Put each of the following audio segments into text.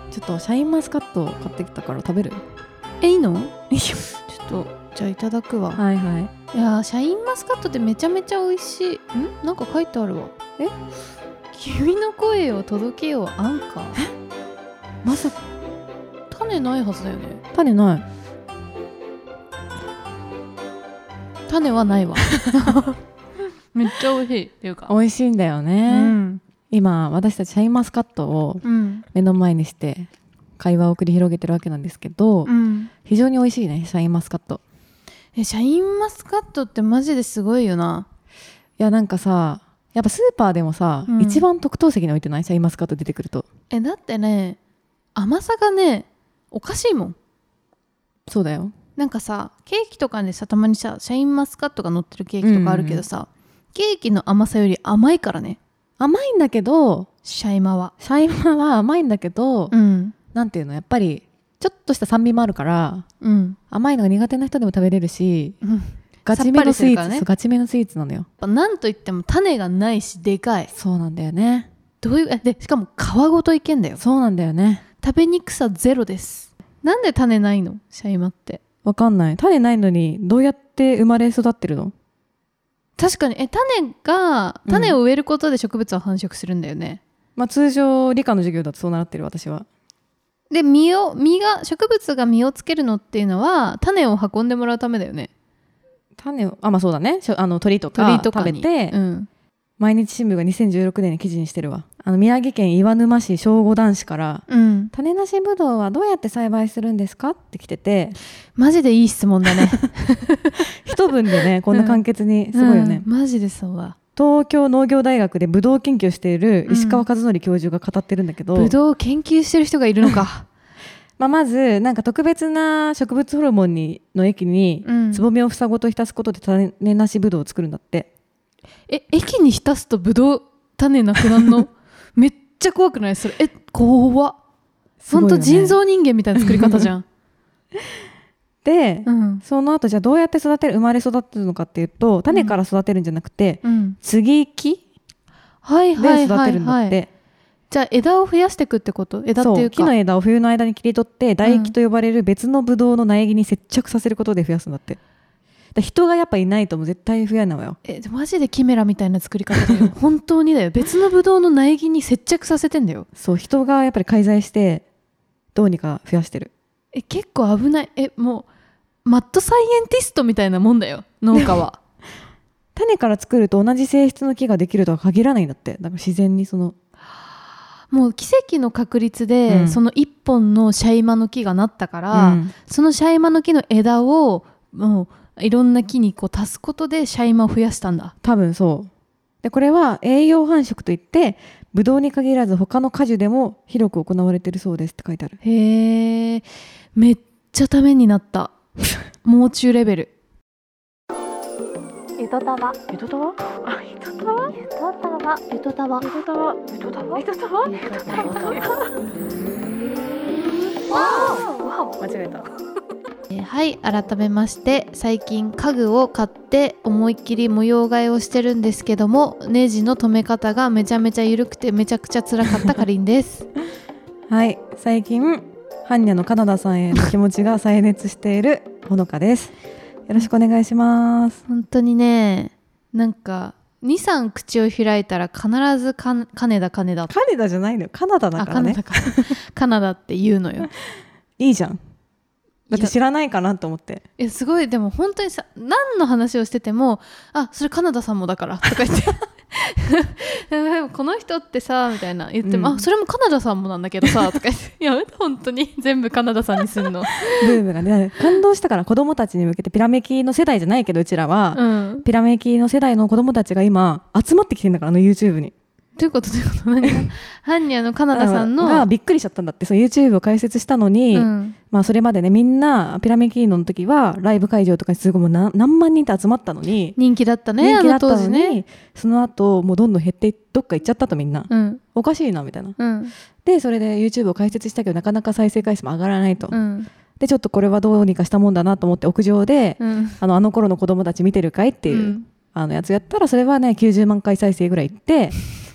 ちょっとシャインマスカットを買ってきたから食べる？ いいの？ちょっとじゃあいただくわ。 はいはい。 いやシャインマスカットってめちゃめちゃ美味しい。なんか書いてあるわ。君の声を届けようアンカー。 まさか種ないはずだよね。 種ない。 種はないわ。めっちゃ美味しいっていうか。 美味しいんだよね。今私たちシャインマスカットを目の前にして会話を繰り広げてるわけなんですけど、非常に美味しいねシャインマスカット。 シャインマスカットってマジですごいよな。 いやなんかさ、やっぱスーパーでもさ、一番特等席に置いてない？シャインマスカット出てくると。 だってね、甘さがねおかしいもん。 そうだよ。 なんかさケーキとかでさたまにさシャインマスカットが乗ってるケーキとかあるけどさ、ケーキの甘さより甘いからね。 甘いんだけどシャインマは甘いんだけど、なんていうの、やっぱりちょっとした酸味もあるから、甘いのが苦手な人でも食べれるし、ガチめのスイーツ、ね、ガチめのスイーツなのよ。 なんといっても種がないしでかい。 そうなんだよね。 でしかも皮ごといけんだよ。 そうなんだよね。 食べにくさゼロです。なんで種ないのシャインマって。 わかんない。種ないのにどうやって生まれ育ってるの？ 確かに種を植えることで植物は繁殖するんだよね。 通常理科の授業だとそう習ってる私は。 で植物が実をつけるのっていうのは種を運んでもらうためだよね。 種をそうだね。鳥とか食べて、毎日新聞が2016年に記事にしてるわ。宮城県岩沼市小5男子から、種なしぶどうはどうやって栽培するんですかって来てて、 マジでいい質問だね。 一文でねこんな簡潔に、すごいよね。 マジでそうだ。 東京農業大学でブドウ研究をしている石川和則教授が語ってるんだけど、 ブドウ研究してる人がいるのか。 まずなんか特別な植物ホルモンの液につぼみを房ごと浸すことで種なしぶどうを作るんだって。 液に浸すとぶどう種なくなるの？めっちゃ怖くないそれ？怖っ。ほんと人造人間みたいな作り方じゃん。 で、その後じゃあどうやって生まれ育てるのかっていうと、種から育てるんじゃなくて、接ぎ木で育てるんだって。 じゃあ枝を増やしていくってこと？枝っていうか木の枝を冬の間に切り取って唾液と呼ばれる別のブドウの苗木に接着させることで増やすんだって。人がやっぱいないともう絶対増えないわよ。 マジでキメラみたいな作り方だよ。本当にだよ。別のブドウの苗木に接着させてんだよ。 そう、人がやっぱり介在してどうにか増やしてる。 結構危ない。もうマッドサイエンティストみたいなもんだよ農家は。 種から作ると同じ性質の木ができるとは限らないんだって。だから自然にもう奇跡の確率で、その一本のシャインマの木がなったから、そのシャインマの木の枝をもういろんな木に足すことでシャインマを増やしたんだ。 多分そう。でこれは栄養繁殖といってブドウに限らず他の果樹でも広く行われているそうですって書いてある。 へえ、めっちゃためになった。もう中レベル。 ゆとたわゆとたわゆとたわゆとたわゆとたわゆとたわゆとたわゆとたわゆとたわ間違えた。 はい、改めまして最近家具を買って思いっきり模様替えをしてるんですけども、ネジの留め方がめちゃめちゃ緩くてめちゃくちゃ辛かったかりんです。 はい、最近般若のカナダさんへの気持ちが再熱しているほのかです。よろしくお願いします。 本当にね、なんか 2,3 口を開いたら必ず金田じゃないのよ、カナダだからね。 カナダって言うのよ。 いいじゃん。だって知らないかなと思って。 すごい。でも本当にさ、何の話をしててもそれカナダさんもだからとか言ってでもこの人ってさみたいな言っても、それもカナダさんもなんだけどさとか言ってやめて本当に全部カナダさんにするの。 ブームがね、感動したから。子供たちに向けてピラメキの世代じゃないけどうちらは、ピラメキの世代の子供たちが今集まってきてるんだから、YouTube に。 どういうこと何が般若のカナダさんのがびっくりしちゃったんだって。そう YouTube を開設したのに、それまでねみんなピラメキーノの時はライブ会場とかにすごい何万人って集まったのに、 人気だったね。 人気だったのに、 当時ね、 その後もうどんどん減ってどっか行っちゃったとみんな、おかしいなみたいな、でそれで YouTube を開設したけどなかなか再生回数も上がらないと、でちょっとこれはどうにかしたもんだなと思って屋上で、あの頃の子供たち見てるかいっていう、やつやったらそれはね90万回再生ぐらいいって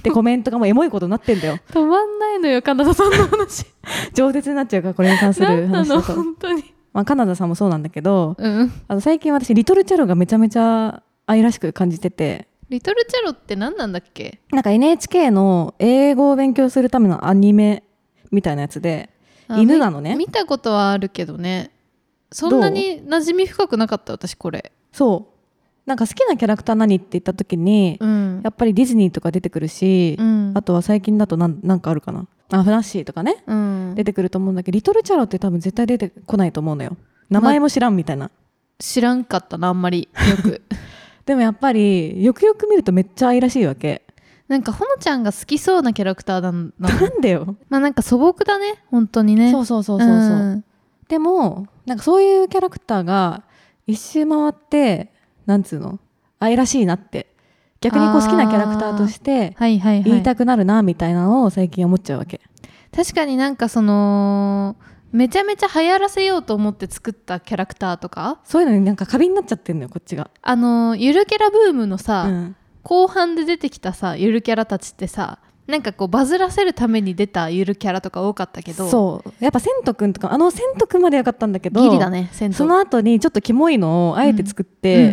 でコメントがもうエモいことになってんだよ。 止まんないのよカナダさんの話饒舌になっちゃうからこれに関する話だと。 本当に、 カナダさんもそうなんだけど、最近私リトルチャロがめちゃめちゃ愛らしく感じてて。 リトルチャロって何なんだっけ？ なんか NHK の英語を勉強するためのアニメみたいなやつで、犬なのね。 見たことはあるけどね、そんなに馴染み深くなかった私これ。 そうなんか好きなキャラクター何って言った時に、やっぱりディズニーとか出てくるし、あとは最近だとなんかあるかな、フナッシーとかね、出てくると思うんだけど、リトルチャロって多分絶対出てこないと思うのよ。名前も知らんみたいな、 知らんかったなあんまりよくでもやっぱりよくよく見るとめっちゃ愛らしいわけ。 なんかほのちゃんが好きそうなキャラクターなんでよ。 なんか素朴だね本当にね。 そう、でもなんかそういうキャラクターが一周回ってなんつうの愛らしいなって、逆にこう好きなキャラクターとして言いたくなるなみたいなのを最近思っちゃうわけ。 確かになんかそのめちゃめちゃ流行らせようと思って作ったキャラクターとか、 そういうのになんか過敏になっちゃってんのよこっちが。 ゆるキャラブームのさ、後半で出てきたさゆるキャラたちってさ、なんかこうバズらせるために出たゆるキャラとか多かったけど、 そうやっぱセントくんとかセントくんまでよかったんだけど、 ギリだねセント。 その後にちょっとキモいのをあえて作って、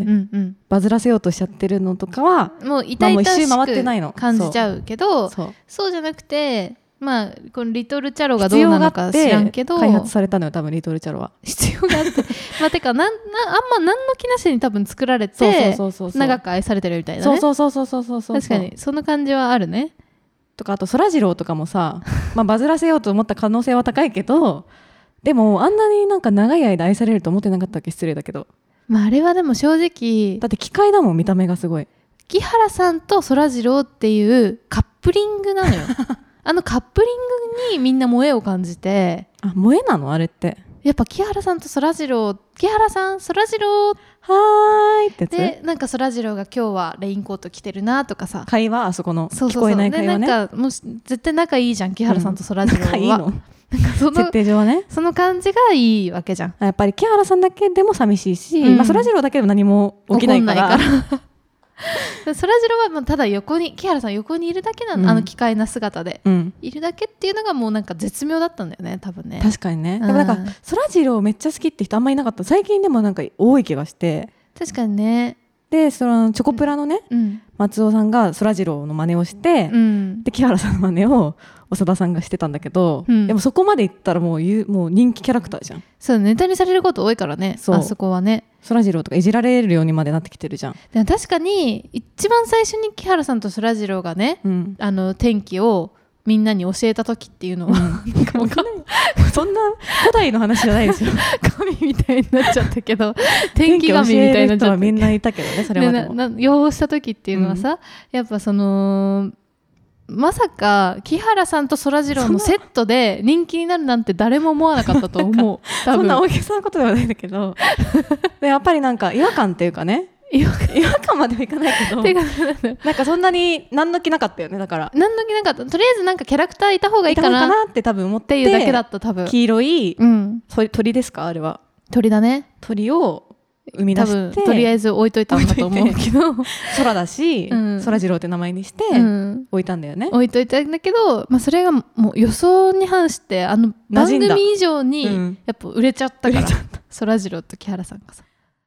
バズらせようとしちゃってるのとかはもう痛々しく感じちゃうけど、そうじゃなくてこのリトルチャロがどうなのか知らんけど開発されたのよ多分リトルチャロは。 必要があっててかあんま何の気なしに多分作られて長く愛されてるみたいなね。 そう確かにその感じはあるね。 とかあとそらジローとかもさバズらせようと思った可能性は高いけど、でもあんなになんか長い間愛されると思ってなかったっけ。失礼だけど、 あれはでも正直だって機械だもん見た目がすごい。 木原さんとそらジローっていうカップリングなのよカップリングにみんな萌えを感じて。 萌えなのあれって。 やっぱ木原さんとそらジロー、木原さんそらジローはーいってやつで、なんかそらジローが今日はレインコート着てるなとかさ、 会話、あそこの聞こえない会話ね。 なんかもう絶対仲いいじゃん木原さんとそらジローは、 いいのなんか設定上はね、 その感じがいいわけじゃん。 やっぱり木原さんだけでも寂しいし、そらジローだけでも何も起きないからそらジローはただ横に木原さん横にいるだけなの、奇怪な姿で、いるだけっていうのがもうなんか絶妙だったんだよね多分ね。 確かにね。でもなんかそらジローめっちゃ好きって人あんまりいなかった。最近でもなんか多い気がして。 確かにね。 でそのチョコプラのね、松尾さんがそらジローの真似をして、で木原さんの真似を長田さんがしてたんだけど、でもそこまでいったらもう人気キャラクターじゃん。 そうネタにされること多いからね。あそこはねそらジローとかいじられるようにまでなってきてるじゃん。 でも確かに一番最初に木原さんとそらジローがね、天気をみんなに教えた時っていうのは、 そんな古代の話じゃないですよ神みたいになっちゃったけど天気神みたいになっちゃった。 人はみんないたけどねそれまでも。 擁護した時っていうのはさ、やっぱそのまさか木原さんとそらジローのセットで人気になるなんて誰も思わなかったと思う多分そんな大げさなことではないんだけどでやっぱりなんか違和感っていうかね、違和感まではいかないけどなんかそんなに何の気なかったよね。だから何の気なかった。とりあえずなんかキャラクターいた方がいいかなって多分思っていうだけだった。多分黄色い、鳥ですかあれは。 鳥だね。 鳥を生み出してとりあえず置いといたんだと思うけど空だし、そらジローって名前にして置いたんだよね。 置いといたんだけど、それがもう予想に反して番組以上にやっぱ売れちゃったから、そらジローと木原さんがさ。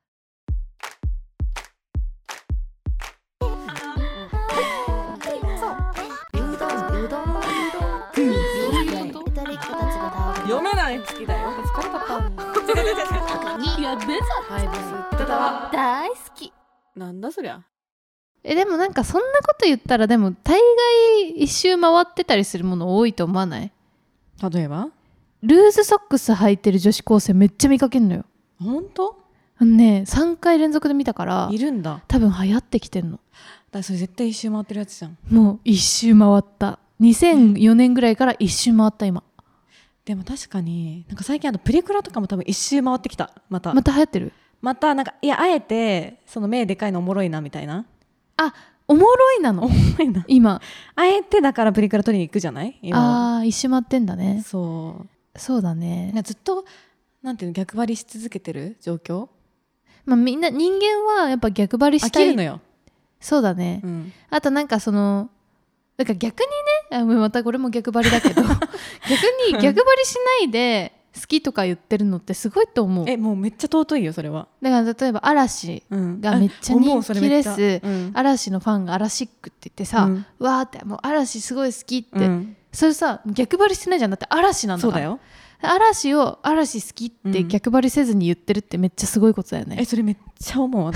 読めない好きだよ。疲れたかやべさ大好き。 なんだそりゃ。 でもなんかそんなこと言ったらでも大概一周回ってたりするもの多いと思わない？ 例えばルーズソックス履いてる女子高生めっちゃ見かけんのよ。 本当？ ね3回連続で見たからいるんだ。 多分流行ってきてんの。だからそれ絶対一周回ってるやつじゃん。 もう一周回った。2004年ぐらいから一周回った今。 でも確かになんか最近プリクラとかも多分一周回ってきた。また流行ってる。 またなんかいやあえてその目でかいのおもろいなみたいな。 おもろいなの。 おもろいな今あえてだからプリクラ取りに行くじゃない今。 一周回ってんだね。 そうだね。 ずっとなんていうの逆張りし続けてる状況。 みんな人間はやっぱ逆張りしたい。 飽きるのよ。 そうだね、あとなんかそのだから逆にね、またこれも逆張りだけど逆に逆張りしないで好きとか言ってるのってすごいと思う。 もうめっちゃ尊いよそれは。 だから例えば嵐がめっちゃ人気です、嵐のファンがアラシックって言ってさ、わーってもう嵐すごい好きって、それさ逆張りしてないじゃん。だって嵐なんだから。そうだよ。嵐を嵐好きって逆張りせずに言ってるってめっちゃすごいことだよね。 それめっちゃ思う私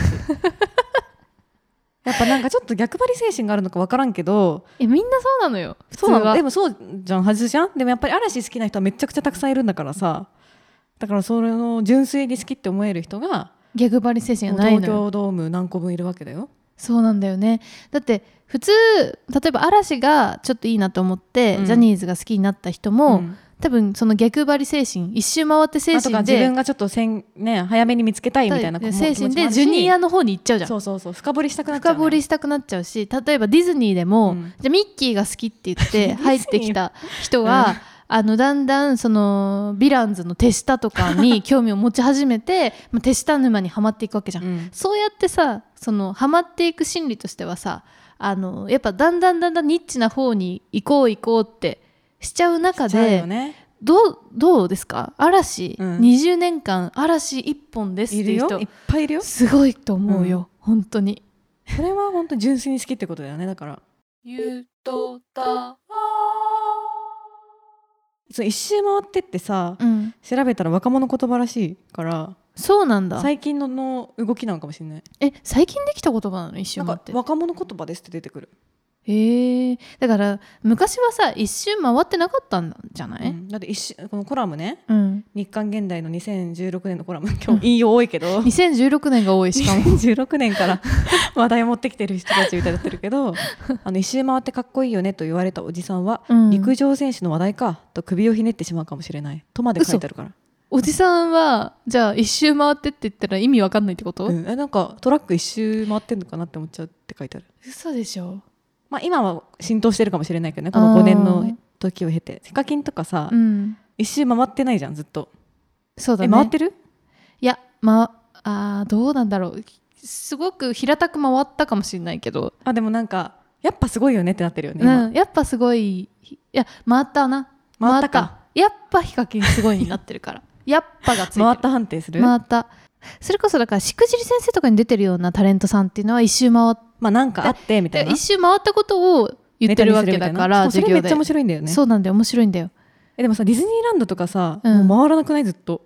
やっぱなんかちょっと逆張り精神があるのか分からんけど、 みんなそうなのよ普通は。 そうなの。でもそうじゃん、はずじゃん。でもやっぱり嵐好きな人はめちゃくちゃたくさんいるんだからさ、だからそれの純粋に好きって思える人が逆張り精神がないのよ。 東京ドーム何個分いるわけだよ。 そうなんだよね。だって普通例えば嵐がちょっといいなと思って、ジャニーズが好きになった人も、多分その逆張り精神、一周回って精神で、 自分がちょっと早めに見つけたいみたいな精神でジュニアの方に行っちゃうじゃん。 そう深掘りしたくなっちゃう、 深掘りしたくなっちゃうし、例えばディズニーでも、じゃあミッキーが好きって言って入ってきた人がだんだんそのヴィランズの手下とかに興味を持ち始めて手下沼にはまっていくわけじゃん、そうやってさ、そのはまっていく心理としてはさ、やっぱだんだんニッチな方に行こうってしちゃう中で、どうですか？嵐、20年間嵐一本ですっていう人いっぱいいるよ。 すごいと思うよ、本当に。 それは本当純粋に好きってことだよね。だからゆとた一周回ってってさ、調べたら若者言葉らしいから。 そうなんだ。 最近の動きなのかもしれない。 最近できた言葉なの？一周回って。 若者言葉ですって出てくる。 だから昔はさ一周回ってなかったんじゃない？ だってこのコラムね、日刊現代の2016年のコラム、今日引用多いけど 2016年が多い。しかも 2016年から話題を持ってきてる人たち歌ってるけど一周回ってかっこいいよねと言われたおじさんは、陸上選手の話題かと首をひねってしまうかもしれないとまで書いてあるから。 おじさんはじゃあ一周回ってって言ったら意味わかんないってこと？ なんかトラック一周回ってんのかなって思っちゃうって書いてある。 嘘でしょ。 今は浸透してるかもしれないけどね、この5年の時を経て。ヒカキンとかさ、一周回ってないじゃんずっと。 そうだね。 回ってる？ いやどうなんだろう。すごく平たく回ったかもしれないけど、 でもなんかやっぱすごいよねってなってるよね、 やっぱすごい。回ったな。 回ったか。 やっぱヒカキンすごいになってるからやっぱがついてる。 回った判定する？ 回った。それこそだからしくじり先生とかに出てるようなタレントさんっていうのは一周回ってなんかあってみたいな、 一周回ったことを言ってるわけだから授業で。 それめっちゃ面白いんだよね。 そうなんだよ、面白いんだよ。 でもさディズニーランドとかさ、もう回らなくない？ずっと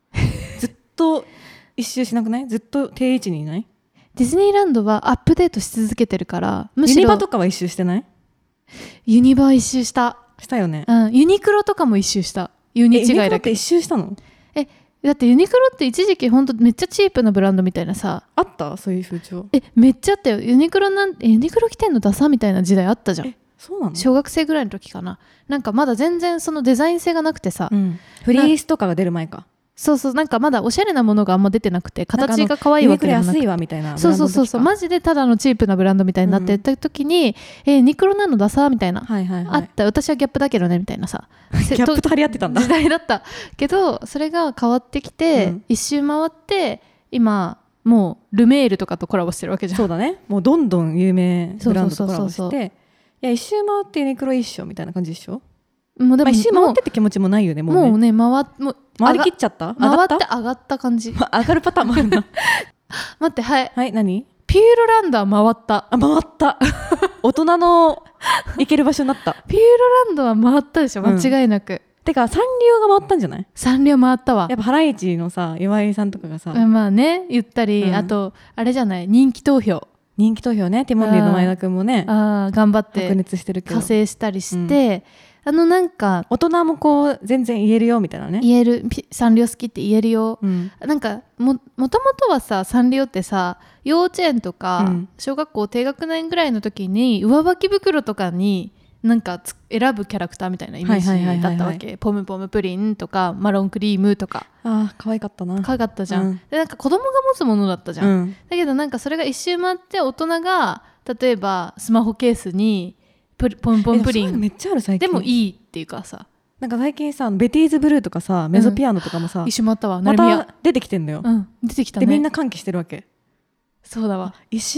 一周しなくない？ずっと定位置にいない？ ディズニーランドはアップデートし続けてるから。むしろユニバとかは一周してない？ ユニバは一周したよね、 ユニクロとかも一周した。ユニ違いだけど。ユニクロって一周したの？ だってユニクロって一時期ほんとめっちゃチープなブランドみたいなさ。 あった？そういう風潮。 めっちゃあったよ。ユニクロ着てんのダサみたいな時代あったじゃん。 そうなの？ 小学生ぐらいの時かな。なんかまだ全然そのデザイン性がなくてさ、 フリースとかが出る前か。 そうなんかまだおしゃれなものがあんま出てなくて、形が可愛いわけでもなくて、 ユニクロ安いわみたいな。 そうマジでただのチープなブランドみたいになってた時に、ユニクロなのダサみたいな、あった。私はギャップだけどねみたいなさギャップと張り合ってたんだ時代だったけど、それが変わってきて、一周回って今もうルメールとかとコラボしてるわけじゃん。 そうだね。もうどんどん有名ブランドとコラボして、いや一周回ってユニクロ一緒みたいな感じでしょ。 もうでも一周回ってって気持ちもないよね。もうね回りきっちゃった？ 回って上がった感じ。 上がるパターンもあるな待ってはい何？ ピューロランドは回った。 回った大人の行ける場所になった。 ピューロランドは回ったでしょ、間違いなく。 てかサンリオが回ったんじゃない？ サンリオ回ったわ。 やっぱハライチのさ岩井さんとかがさ、 まあね言ったり、あとあれじゃない、人気投票ね。ティモンディの前田くんもね頑張って白熱してるけど加勢したりして、なんか大人もこう全然言えるよみたいなね。 言える、サンリオ好きって言えるよ、なんかもともとはさサンリオってさ幼稚園とか、小学校低学年ぐらいの時に上履き袋とかになんか選ぶキャラクターみたいなイメージだったわけ。ポムポムプリンとかマロンクリームとか。 可愛かったな。 可愛かったじゃん、でなんか子供が持つものだったじゃん、だけどなんかそれが一周回って大人が例えばスマホケースにポンポンプリンめっちゃある最近。 でもいいっていうかさ、 なんか最近さベティーズブルーとかさメゾピアノとかもさ、 一周回ったわ。 また出てきてんのよ、 出てきたね。 でみんな歓喜してるわけ。 そうだわ。 一周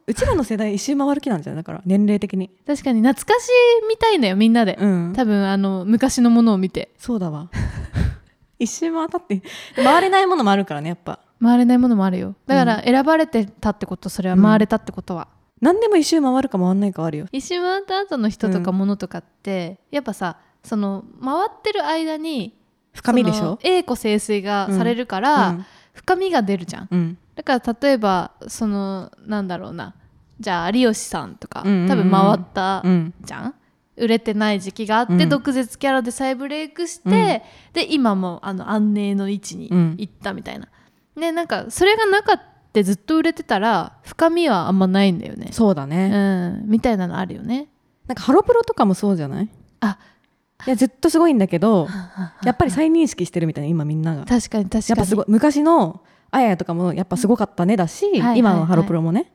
うちらの世代一周回る気なんじゃない？だから年齢的に。 確かに懐かしみたいのよみんなで、多分昔のものを見て。 そうだわ一周回ったって回れないものもあるからね、やっぱ回れないものもあるよ。だから選ばれてたってこと、それは回れたってことは、 何でも一周回るか回んないかあるよ。 一周回った後の人とかものとかって、やっぱさ、その回ってる間に深みでしょ、 栄枯盛衰がされるから、深みが出るじゃん、だから例えばなんだろうな、じゃあ有吉さんとか、多分回ったじゃん、売れてない時期があって、毒舌キャラで再ブレイクして、で今も安寧の位置に行ったみたいな、ね、なんかそれがなかったずっと売れてたら深みはあんまないんだよね。 そうだね、 みたいなのあるよね。 なんかハロプロとかもそうじゃない？いやずっとすごいんだけどやっぱり再認識してるみたいな、今みんなが。 確かにやっぱすごい、昔のあややとかもやっぱすごかったねだし、今のハロプロもね。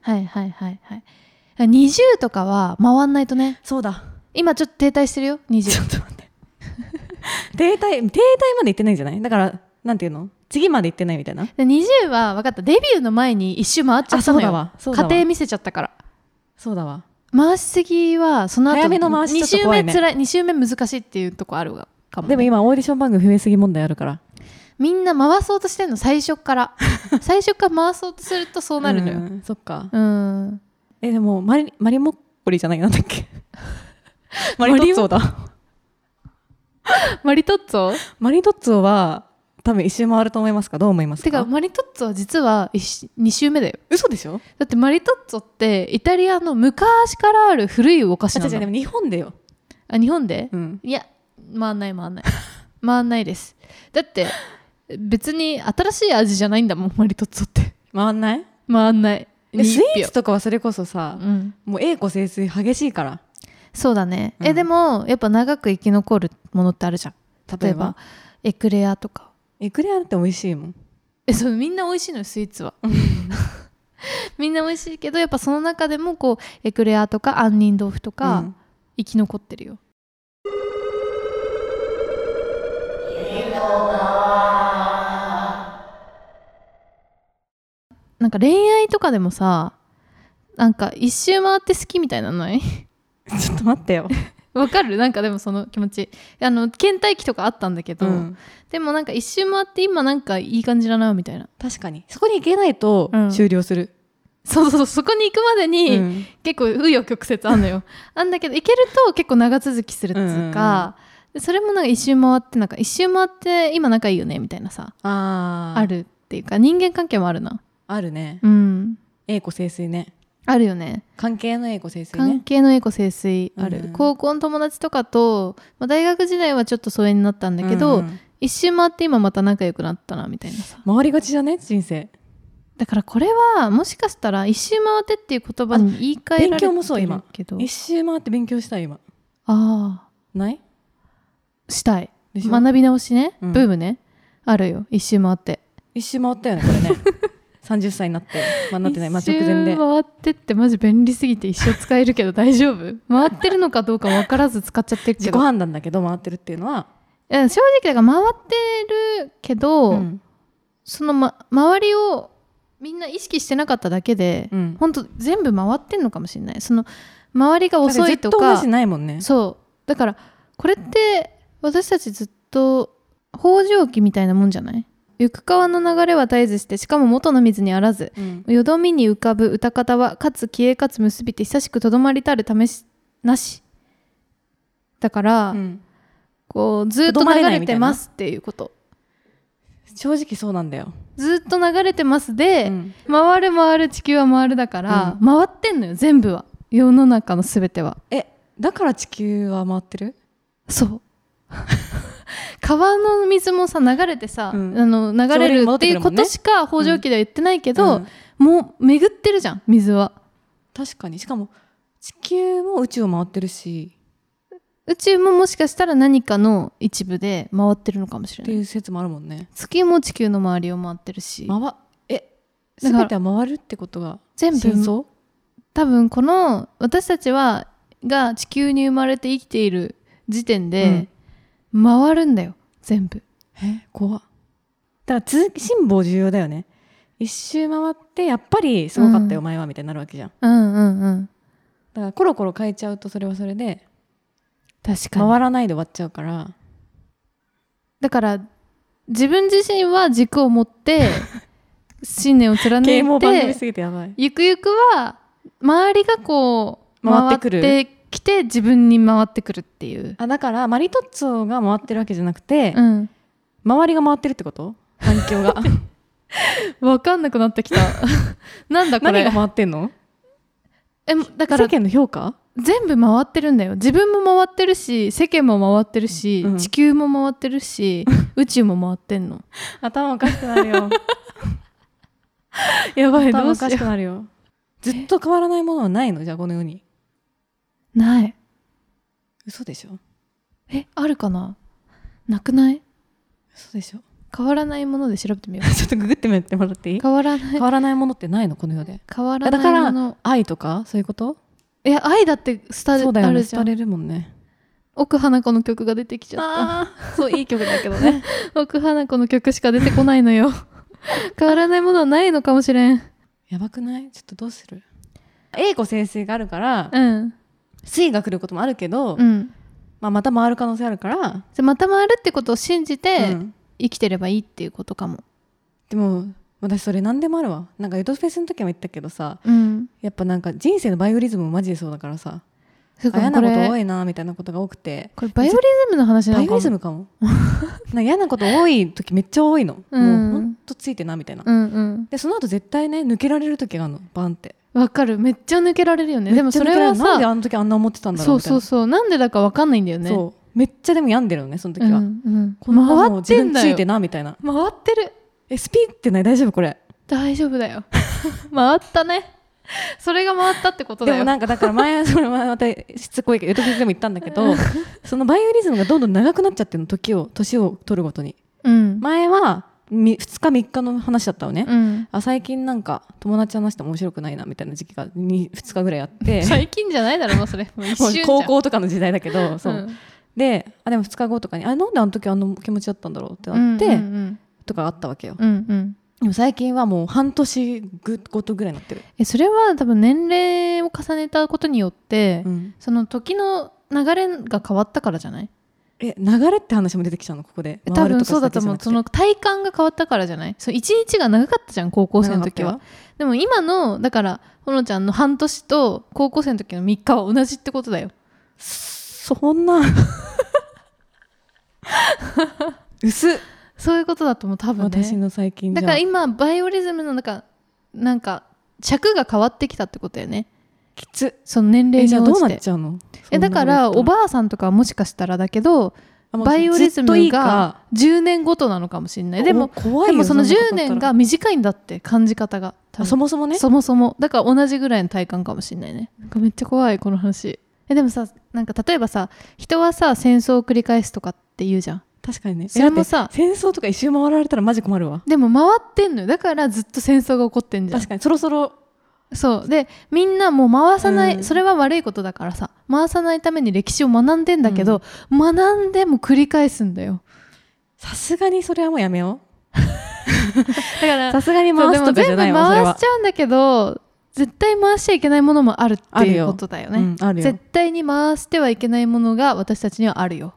20とかは回んないとね。 そうだ、 今ちょっと停滞してるよ20。 ちょっと待って停滞まで行ってないんじゃない？だからなんていうの、次まで行ってないみたいな。 で20は分かった、デビューの前に一周回っちゃったのよ。 そうだわ家庭見せちゃったから。 そうだわ、 回しすぎはその後早めの回しちょっと怖いね。 2周目難しいっていうとこあるかも、ね、 でも今オーディション番組増えすぎ問題あるから、 みんな回そうとしてんの最初から最初から回そうとするとそうなるのよ。 そっか。でもマリモッコリじゃない、なんだっけマリトッツォだマリトッツォ？ マリトッツォは多分一周回ると思いますか？どう思いますか？ てかマリトッツォは実は2周目だよ。 嘘でしょ？だってマリトッツォってイタリアの昔からある古いお菓子なんだ。 でも日本でよ。 日本で？いや回んないです。だって別に新しい味じゃないんだもん、マリトッツォって。回んない。 スイーツとかはそれこそさ、もう栄枯盛衰激しいから。 そうだね、でもやっぱ長く生き残るものってあるじゃん。例えばエクレアとか。 エクレアって美味しいもん。 そうみんな美味しいのよスイーツはみんな美味しいけど、やっぱその中でもこうエクレアとか杏仁豆腐とか、生き残ってるよ。なんか恋愛とかでもさ、なんか一周回って好きみたいなのない？ ちょっと待ってよわかる？なんかでもその気持ち、倦怠期とかあったんだけど、でもなんか一周回って今なんかいい感じだなみたいな。 確かにそこに行けないと終了する、 そうそこに行くまでに、結構紆余曲折あんのよあんだけど行けると結構長続きするっつうか、でそれもなんか一周回って今仲いいよねみたいなさ、あるっていうか、人間関係もあるな。 あるね。栄枯盛衰ね。 あるよね。 関係の栄枯盛衰ね。 関係の栄枯盛衰ある、高校の友達とかと、大学時代はちょっと疎遠になったんだけど、一周回って今また仲良くなったなみたいなさ。 回りがちじゃね人生。 だからこれはもしかしたら一周回ってっていう言葉に言い換えられてるけど、 勉強もそう今。一周回って勉強したい今。ないしたい。学び直しね、ブームね、あるよ。一周回って一周回ったよねこれね30歳になって、なってない、直前で。 一周回ってってマジ便利すぎて一生使えるけど大丈夫？回ってるのかどうか分からず使っちゃってるけど。 自己判断だけど回ってるっていうのは正直だから回ってるけど、その、周りをみんな意識してなかっただけで、本当全部回ってんのかもしれない。その周りが遅いとか。 ずっと同じないもんね。 そうだからこれって私たちずっと北条記みたいなもんじゃない？行く川の流れは絶えずして、しかも元の水にあらず、よどみに浮かぶ歌方はかつ消えかつ結びて久しくとどまりたる試しなしだから、こうずっと流れてますっていうこと。 正直そうなんだよ。 ずっと流れてますで、回る地球は回るだから、回ってんのよ全部は。世の中の全ては。 だから地球は回ってる？ そう川の水もさ流れてさ、流れるっていうことしか北条記では言ってないけど、もう巡ってるじゃん水は。 確かに。しかも地球も宇宙を回ってるし、 宇宙ももしかしたら何かの一部で回ってるのかもしれないっていう説もあるもんね。 月も地球の周りを回ってるし、 全ては回るってことが全部多分この私たちが地球に生まれて生きている時点で、回るんだよ全部。 怖っ。だから通信簿重要だよね。 一周回ってやっぱりすごかったよ、お前はみたいになるわけじゃん。 うんうんうん。 だからコロコロ変えちゃうとそれはそれで確かに回らないで終わっちゃうから。 だから自分自身は軸を持って信念を貫いて啓蒙番組すぎてやばい。 ゆくゆくは周りがこう回ってきて自分に回ってくるっていう。 だからマリトッツォが回ってるわけじゃなくて、周りが回ってるってこと？環境が分かんなくなってきたなんだこれ、 何が回ってんの？ だから世間の評価？ 全部回ってるんだよ。自分も回ってるし、世間も回ってるし、地球も回ってるし宇宙も回ってんの。 頭おかしくなるよやばい、どうしよう。頭おかしくなるよ。ずっと変わらないものはないの？じゃあこの世に。 ない。 嘘でしょ？ あるかな？なくない？ 嘘でしょ？ 変わらないもので調べてみようちょっとググってみてもらっていい？ 変わらないものってないのこの世で。 変わらないもの。 だから愛とかそういうこと？ いや、愛だってそうだよね、廃れるもんね。 奥花子の曲が出てきちゃった。 そう、いい曲だけどね奥花子の曲しか出てこないのよ変わらないものはないのかもしれん。 やばくない？ちょっとどうする？栄枯盛衰があるから、水が来ることもあるけど、また回る可能性あるから、 また回るってことを信じて、生きてればいいっていうことかも。 でも私それ何でもあるわ。なんかユトフェスの時も言ったけどさ、やっぱなんか人生のバイオリズムもマジでそうだからさ、嫌なこと多いなみたいなことが多くて。 これバイオリズムの話なのかも。 バイオリズムかもなんか嫌なこと多い時めっちゃ多いの、もうほんとついてなみたいな、でその後絶対ね抜けられる時があるの。バンってわかる。めっちゃ抜けられるよね。でもそれはさ、 なんであの時あんな思ってたんだろうみたいな。 そうなんでだかわかんないんだよね。 そうめっちゃでも病んでるのねその時は、 このまま自分ついてなみたいな。 回ってる。 スピってない？大丈夫これ？ 大丈夫だよ回ったね。それが回ったってことだよ。 でもなんかだから前それはまたしつこいけどユトフェスでも言ったんだけどそのバイオリズムがどんどん長くなっちゃってるの。年を取るごとに、前は2日3日の話だったのね、最近なんか友達話して面白くないなみたいな時期が 2日ぐらいあって最近じゃないだろもうそれもう一瞬じゃん高校とかの時代だけどそう、でも2日後とかになんであの時あの気持ちだったんだろうってなって、とかあったわけよ、でも最近はもう半年ごとぐらいになってる。 それは多分年齢を重ねたことによって、その時の流れが変わったからじゃない？ 流れって話も出てきちゃうのここで。 多分そうだと思う。その体感が変わったからじゃない？そう一日が長かったじゃん高校生の時は。でも今のだからほのちゃんの半年と高校生の時の3日は同じってことだよ。 そんな薄っ。 そういうことだと思う多分ね。 私の最近じゃだから今バイオリズムのなんか尺が変わってきたってことだよね。 きつ。 その年齢に応じて。 じゃあどうなっちゃうの？ だからおばあさんとかはもしかしたらだけどバイオリズムが10年ごとなのかもしれない。でもその10年が短いんだって感じ方が。 そもそもね。 そもそもだから同じぐらいの体感かもしれないね。なんかめっちゃ怖いこの話。でもさなんか例えばさ人はさ戦争を繰り返すとかって言うじゃん。 確かにね。 それもさ戦争とか一周回られたらマジ困るわ。 でも回ってんのよ。だからずっと戦争が起こってんじゃん。 確かにそろそろ。 そうでみんなもう回さない、それは悪いことだからさ回さないために歴史を学んでんだけど、学んでも繰り返すんだよ。 さすがにそれはもうやめようだからさすがに回すとかじゃないわ。 全部回しちゃうんだけど絶対回しちゃいけないものもあるっていうことだよね。 あるよ。 絶対に回してはいけないものが私たちにはあるよ。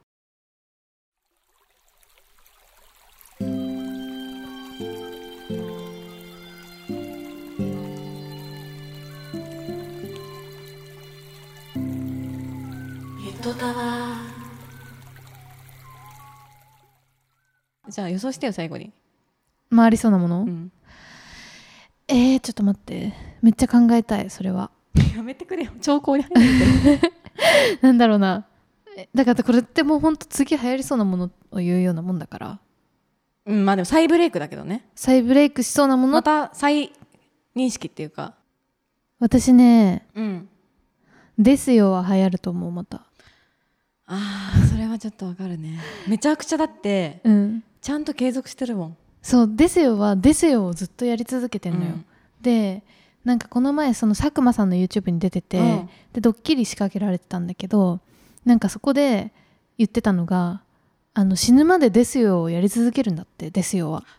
じゃあ予想してよ最後に。 回りそうなもの、ちょっと待ってめっちゃ考えたいそれは。 やめてくれよ兆候に入ってるなんだろうな。だからこれってもうほんと次流行りそうなものを言うようなもんだから。 まあでも再ブレイクだけどね。 再ブレイクしそうなもの。 また再認識っていうか。 私ね、ですよは流行ると思うまた。 それはちょっとわかるね。めちゃくちゃだって、ちゃんと継続してるもん。 そうですよはですよをずっとやり続けてんのよ、でなんかこの前その佐久間さんの YouTube に出てて、でドッキリ仕掛けられてたんだけどなんかそこで言ってたのが死ぬまでですよをやり続けるんだって。ですよは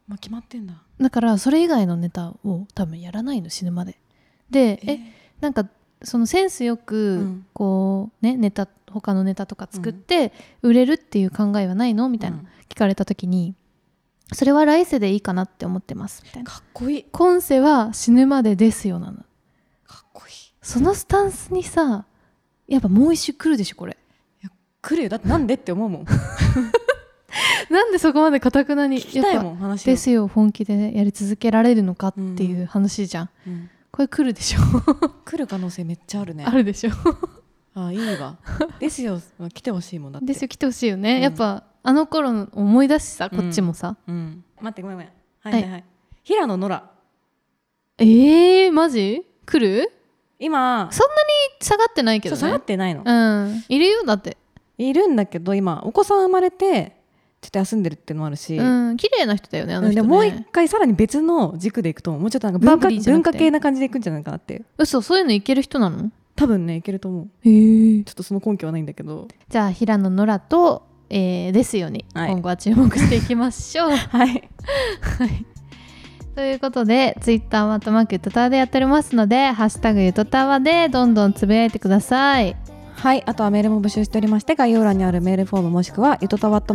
決まってんだ。 だからそれ以外のネタを多分やらないの、死ぬまで。で、なんかそのセンスよくこうね、他のネタとか作って売れるっていう考えはないのみたいな聞かれた時に、それは来世でいいかなって思ってますみたいな。 かっこいい。 今世は死ぬまでですよなの。 かっこいい。 そのスタンスにさ、やっぱもう一周来るでしょこれ。 いや来るよ。だってなんでって思うもん。 なんでそこまで固くなに聞きたいもん話を。 ですよ、本気でやり続けられるのかっていう話じゃん、これ来るでしょ。 来る可能性めっちゃあるね。 あるでしょ。 あ、いいわ。ですよ、来てほしいもんだって。 ですよ、来てほしいよね、やっぱあの頃の思い出しさ、こっちもさ、 待ってごめん。はい、平野ノラ。 マジ来る？ 今そんなに下がってないけどね。 下がってないの。 いるよ。だっているんだけど、今お子さん生まれてちょっと休んでるっていうのもあるし、 綺麗な人だよね、あの人ね。 でもう一回さらに別の軸でいくと、もうちょっとなんか文化系な感じでいくんじゃないかなって。 嘘、そういうのいける人なの？ 多分ね、いけると思う。ちょっとその根拠はないんだけど。 じゃあ平野ノラと、ですよに、今後は注目していきましょう。 はい、 ということで、ツイッターはゆとたわでやっておりますので、ハッシュタグゆとたわでどんどんつぶやいてください。 はい、あとはメールも募集しておりまして、概要欄にあるメールフォームもしくはゆとたわ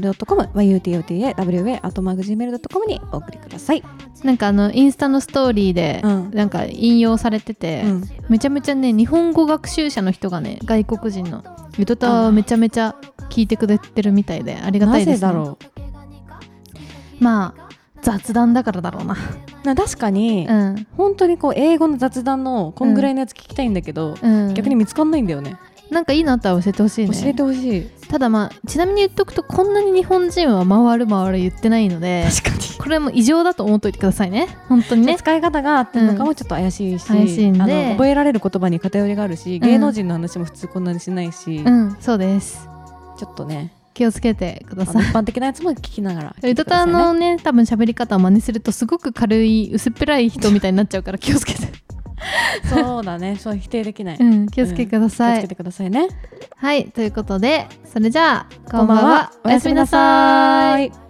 @gmail.com、yutotawa@gmail.com にお送りください。 なんかインスタのストーリーで、なんか引用されてて、めちゃめちゃね、日本語学習者の人がね、外国人のゆとたわをめちゃめちゃ聞いてくれてるみたいで、ありがたいですね。 なぜだろう。まあ雑談だからだろうな。 確かに、本当にこう英語の雑談のこんぐらいのやつ聞きたいんだけど、逆に見つかんないんだよね。 なんかいいなったら教えてほしいね。 教えてほしい。 ただちなみに言っとくと、こんなに日本人は回る言ってないので、 確かにこれも異常だと思っといてくださいね。本当にね。 使い方があってるのかもちょっと怪しいし、覚えられる言葉に偏りがあるし、芸能人の話も普通こんなにしないし、 そうです。 ちょっとね、 気をつけてください。 一般的なやつも聞きながら。 ゆとたわのね、多分喋り方を真似するとすごく軽い薄っぺらい人みたいになっちゃうから気をつけて。 そうだね、そう否定できない。 気をつけてください。 気をつけてくださいね。 はい、ということで、それじゃあこんばんは、おやすみなさい。